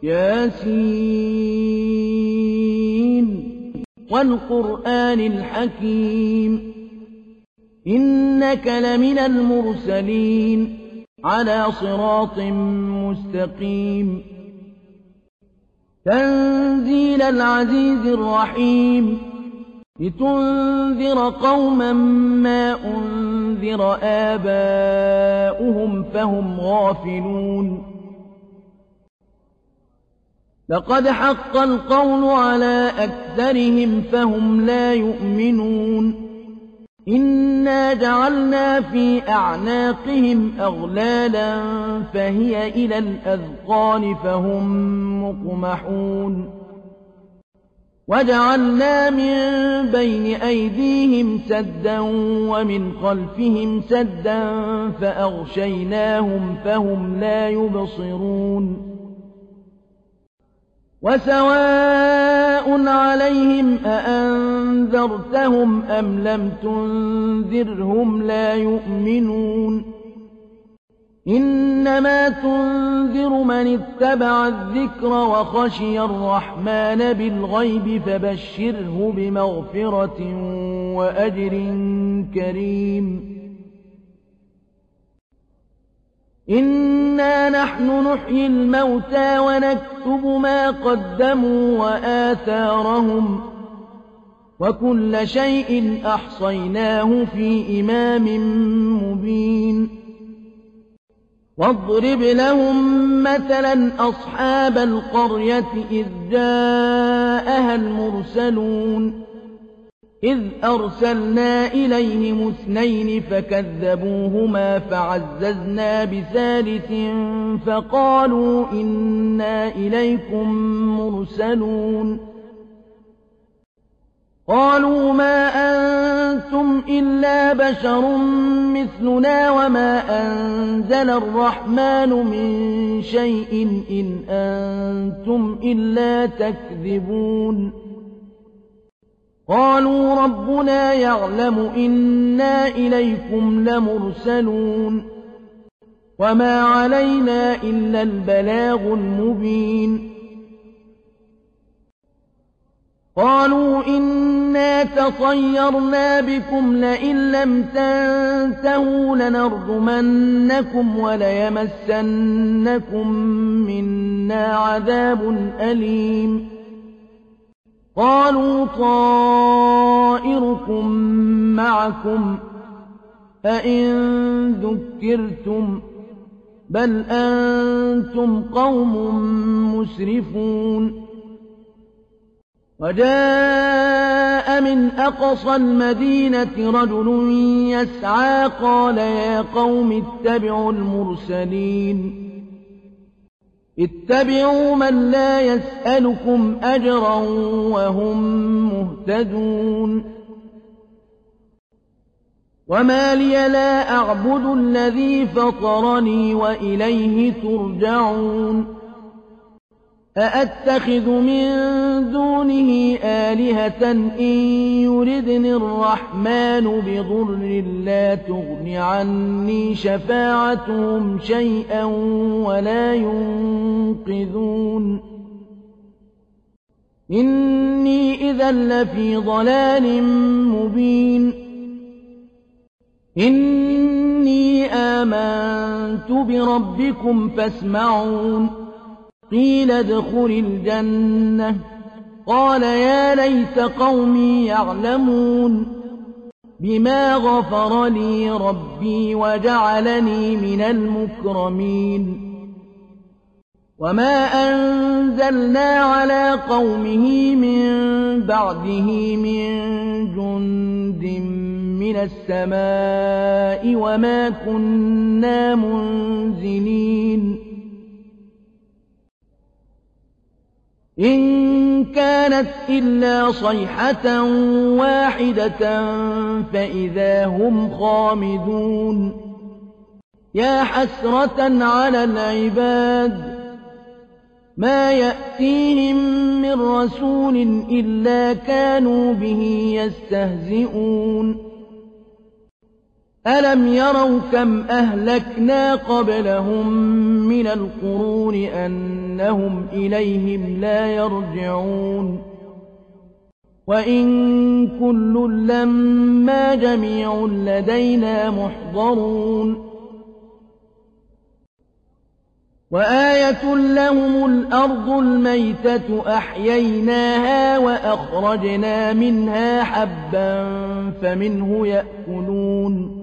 ياسين والقرآن الحكيم إنك لمن المرسلين على صراط مستقيم تنزيل العزيز الرحيم لتنذر قوما ما أنذر آباؤهم فهم غافلون لقد حق القول على أكثرهم فهم لا يؤمنون إنا جعلنا في أعناقهم أغلالا فهي إلى الأذقان فهم مقمحون وجعلنا من بين أيديهم سدا ومن خلفهم سدا فأغشيناهم فهم لا يبصرون وسواء عليهم أأنذرتهم أم لم تنذرهم لا يؤمنون إنما تنذر من اتبع الذكر وخشي الرحمن بالغيب فبشره بمغفرة وأجر كريم إنا نحن نحيي الموتى ونكتب ما قدموا وآثارهم وكل شيء أحصيناه في إمام مبين واضرب لهم مثلا أصحاب القرية إذ جاءها المرسلون إذ أرسلنا إليهم 2 فكذبوهما فعززنا بثالث فقالوا إنا إليكم مرسلون قالوا ما أنتم إلا بشر مثلنا وما أنزل الرحمن من شيء إن أنتم إلا تكذبون قالوا ربنا يعلم إنا إليكم لمرسلون وما علينا إلا البلاغ المبين قالوا إنا تطيرنا بكم لئن لم تنتهوا لنرجمنكم وليمسنكم منا عذاب أليم قالوا طائركم معكم أئن ذكرتم بل أنتم قوم مسرفون وجاء من أقصى المدينة رجل يسعى قال يا قوم اتبعوا المرسلين اتبعوا من لا يسألكم أجرا وهم مهتدون وما لي لا أعبد الذي فطرني وإليه ترجعون أأتخذ من دونه آلهة إن يردني الرحمن بضر لا تغن عني شفاعتهم شيئا ولا ينقذون إني إذا لفي ضلال مبين إني آمنت بربكم فاسمعون قيل ادخل الجنة قال يا ليت قومي يعلمون بما غفر لي ربي وجعلني من المكرمين وما أنزلنا على قومه من بعده من جند من السماء وما كنا منزلين إن كانت إلا صيحة واحدة فإذا هم خامدون يا حسرة على العباد ما يأتيهم من رسول إلا كانوا به يستهزئون ألم يروا كم أهلكنا قبلهم من القرون أنهم إليهم لا يرجعون وإن كل لما جميع لدينا محضرون وآية لهم الأرض الميتة أحييناها وأخرجنا منها حبا فمنه يأكلون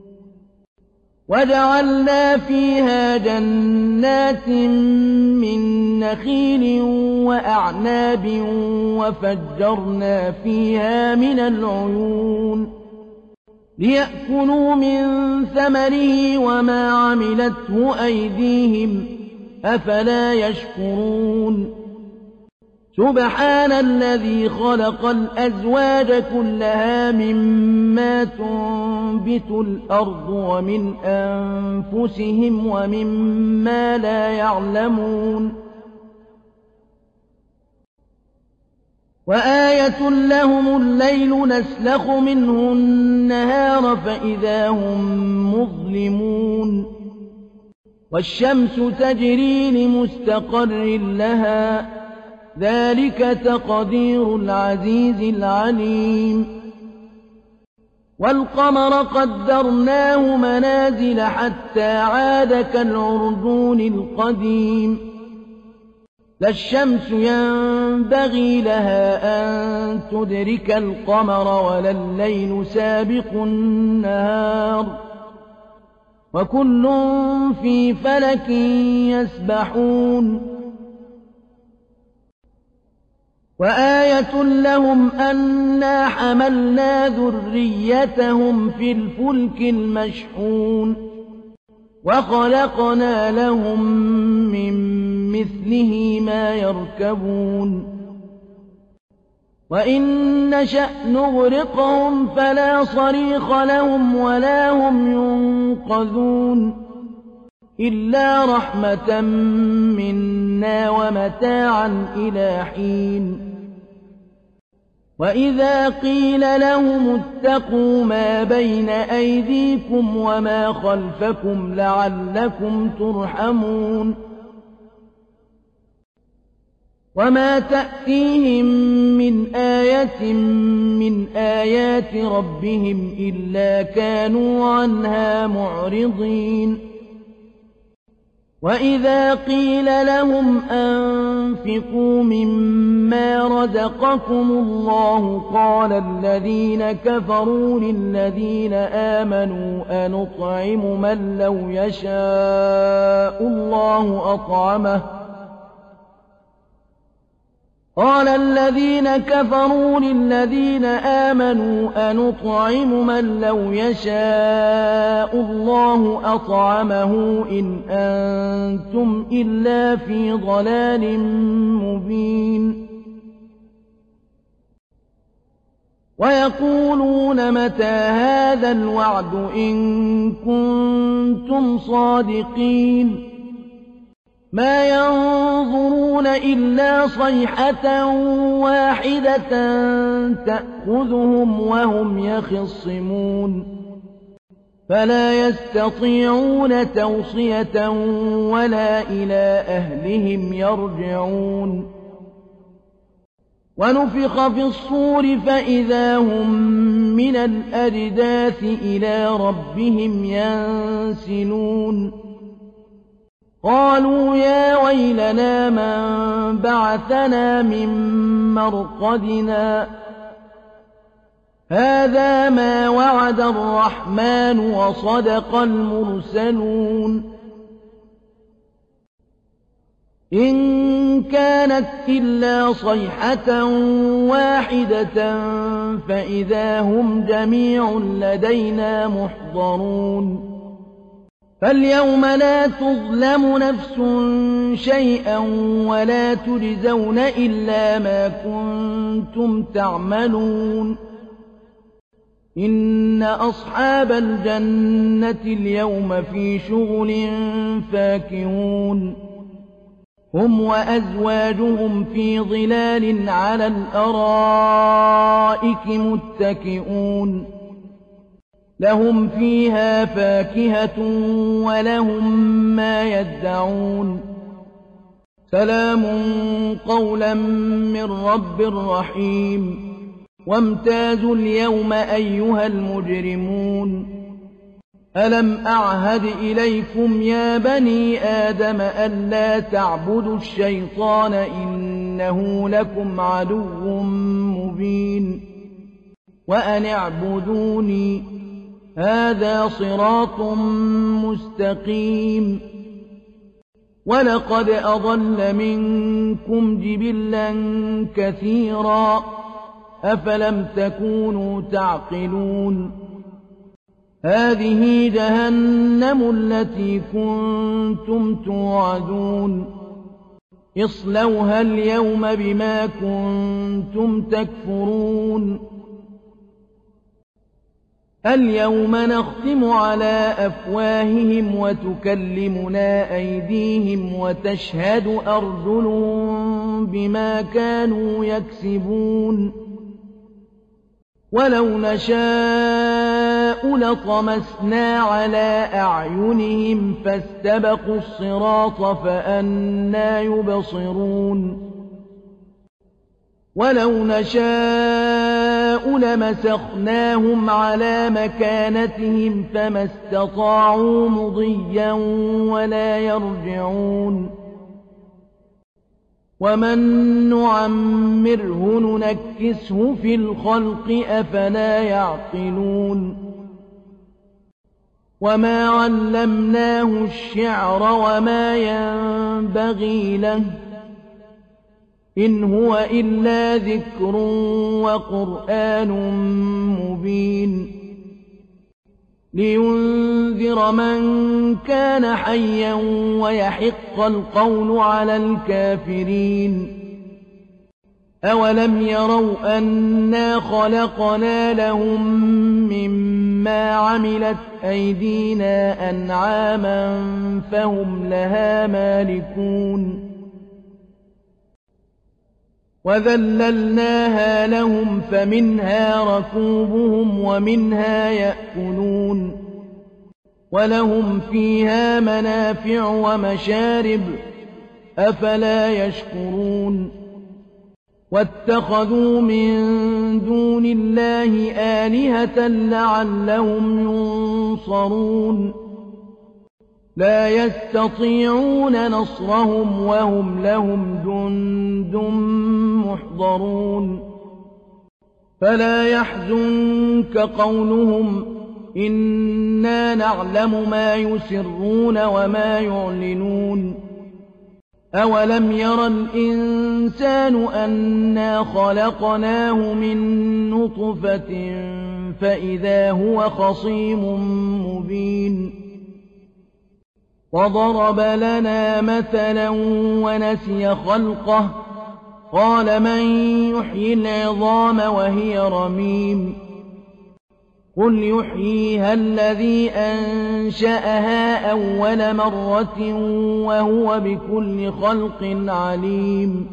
وجعلنا فيها جنات من نخيل وأعناب وفجرنا فيها من العيون ليأكلوا من ثمره وما عملته أيديهم أفلا يشكرون سبحان الذي خلق الأزواج كلها مما تنبت الأرض ومن أنفسهم ومما لا يعلمون وآية لهم الليل نسلخ منه النهار فإذا هم مظلمون والشمس تجري لمستقر لها ذلك تقدير العزيز العليم والقمر قدرناه منازل حتى عاد كالعرجون القديم لا الشمس ينبغي لها أن تدرك القمر ولا الليل سابق النهار وكل في فلك يسبحون وآية لهم أنا حملنا ذريتهم في الفلك المشحون وخلقنا لهم من مثله ما يركبون وإن نشأ نغرقهم فلا صريخ لهم ولا هم ينقذون إلا رحمة منا ومتاعا إلى حين وإذا قيل لهم اتقوا ما بين أيديكم وما خلفكم لعلكم ترحمون وما تأتيهم من آية من آيات ربهم إلا كانوا عنها معرضين وإذا قيل لهم أنفقوا مما رزقكم الله قال الذين كفروا للذين آمنوا أنطعم من لو يشاء الله أطعمه قال الذين كفروا للذين آمنوا أنطعم من لو يشاء الله أطعمه إن أنتم إلا في ضلال مبين ويقولون متى هذا الوعد إن كنتم صادقين ما ينظرون إلا صيحة واحدة تأخذهم وهم يخصمون فلا يستطيعون توصية ولا إلى أهلهم يرجعون ونفخ في الصور فإذا هم من الأجداث إلى ربهم ينسلون قالوا يا ويلنا من بعثنا من مرقدنا هذا ما وعد الرحمن وصدق المرسلون إن كانت إلا صيحة واحدة فإذا هم جميع لدينا محضرون فاليوم لا تظلم نفس شيئا ولا تجزون إلا ما كنتم تعملون إن أصحاب الجنة اليوم في شغل فاكهون هم وأزواجهم في ظلال على الأرائك متكئون لهم فيها فاكهة ولهم ما يدعون سلام قولا من رب رحيم وامتازوا اليوم أيها المجرمون ألم أعهد إليكم يا بني آدم ألا تعبدوا الشيطان إنه لكم عدو مبين وأن اعبدوني هذا صراط مستقيم ولقد أضل منكم جبلا كثيرا أفلم تكونوا تعقلون هذه جهنم التي كنتم توعدون اصلوها اليوم بما كنتم تكفرون اليوم نختم على أفواههم وتكلمنا أيديهم وتشهد أرجلهم بما كانوا يكسبون ولو نشاء لطمسنا على أعينهم فاستبقوا الصراط فأنى يبصرون ولو نشاء لمسخناهم على مكانتهم فما استطاعوا مضيا ولا يرجعون ومن نعمره ننكسه في الخلق أفلا يعقلون وما علمناه الشعر وما ينبغي له إن هو إلا ذكر وقرآن مبين لينذر من كان حيا ويحق القول على الكافرين أولم يروا أنا خلقنا لهم مما عملت أيدينا أنعاما فهم لها مالكون وذللناها لهم فمنها ركوبهم ومنها يأكلون ولهم فيها منافع ومشارب أفلا يشكرون واتخذوا من دون الله آلهة لعلهم ينصرون لا يستطيعون نصرهم وهم لهم جند محضرون فلا يحزنك قولهم إنا نعلم ما يسرون وما يعلنون أولم ير الإنسان أنا خلقناه من نطفة فإذا هو خصيم مبين وضرب لنا مثلا ونسي خلقه قال من يحيي العظام وهي رميم قل يحييها الذي أنشأها أول مرة وهو بكل خلق عليم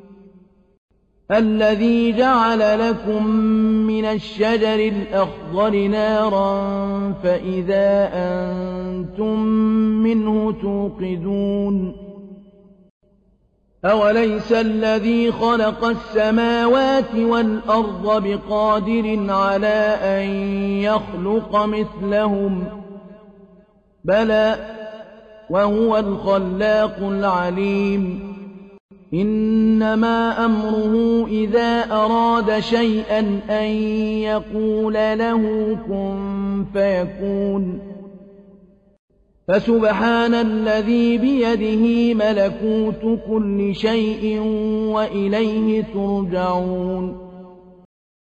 الذي جعل لكم من الشجر الأخضر نارا فإذا أنتم منه توقدون أوليس الذي خلق السماوات والأرض بقادر على أن يخلق مثلهم بلى وهو الخلاق العليم إنما أمره إذا أراد شيئا أن يقول له كن فيكون فسبحان الذي بيده ملكوت كل شيء وإليه ترجعون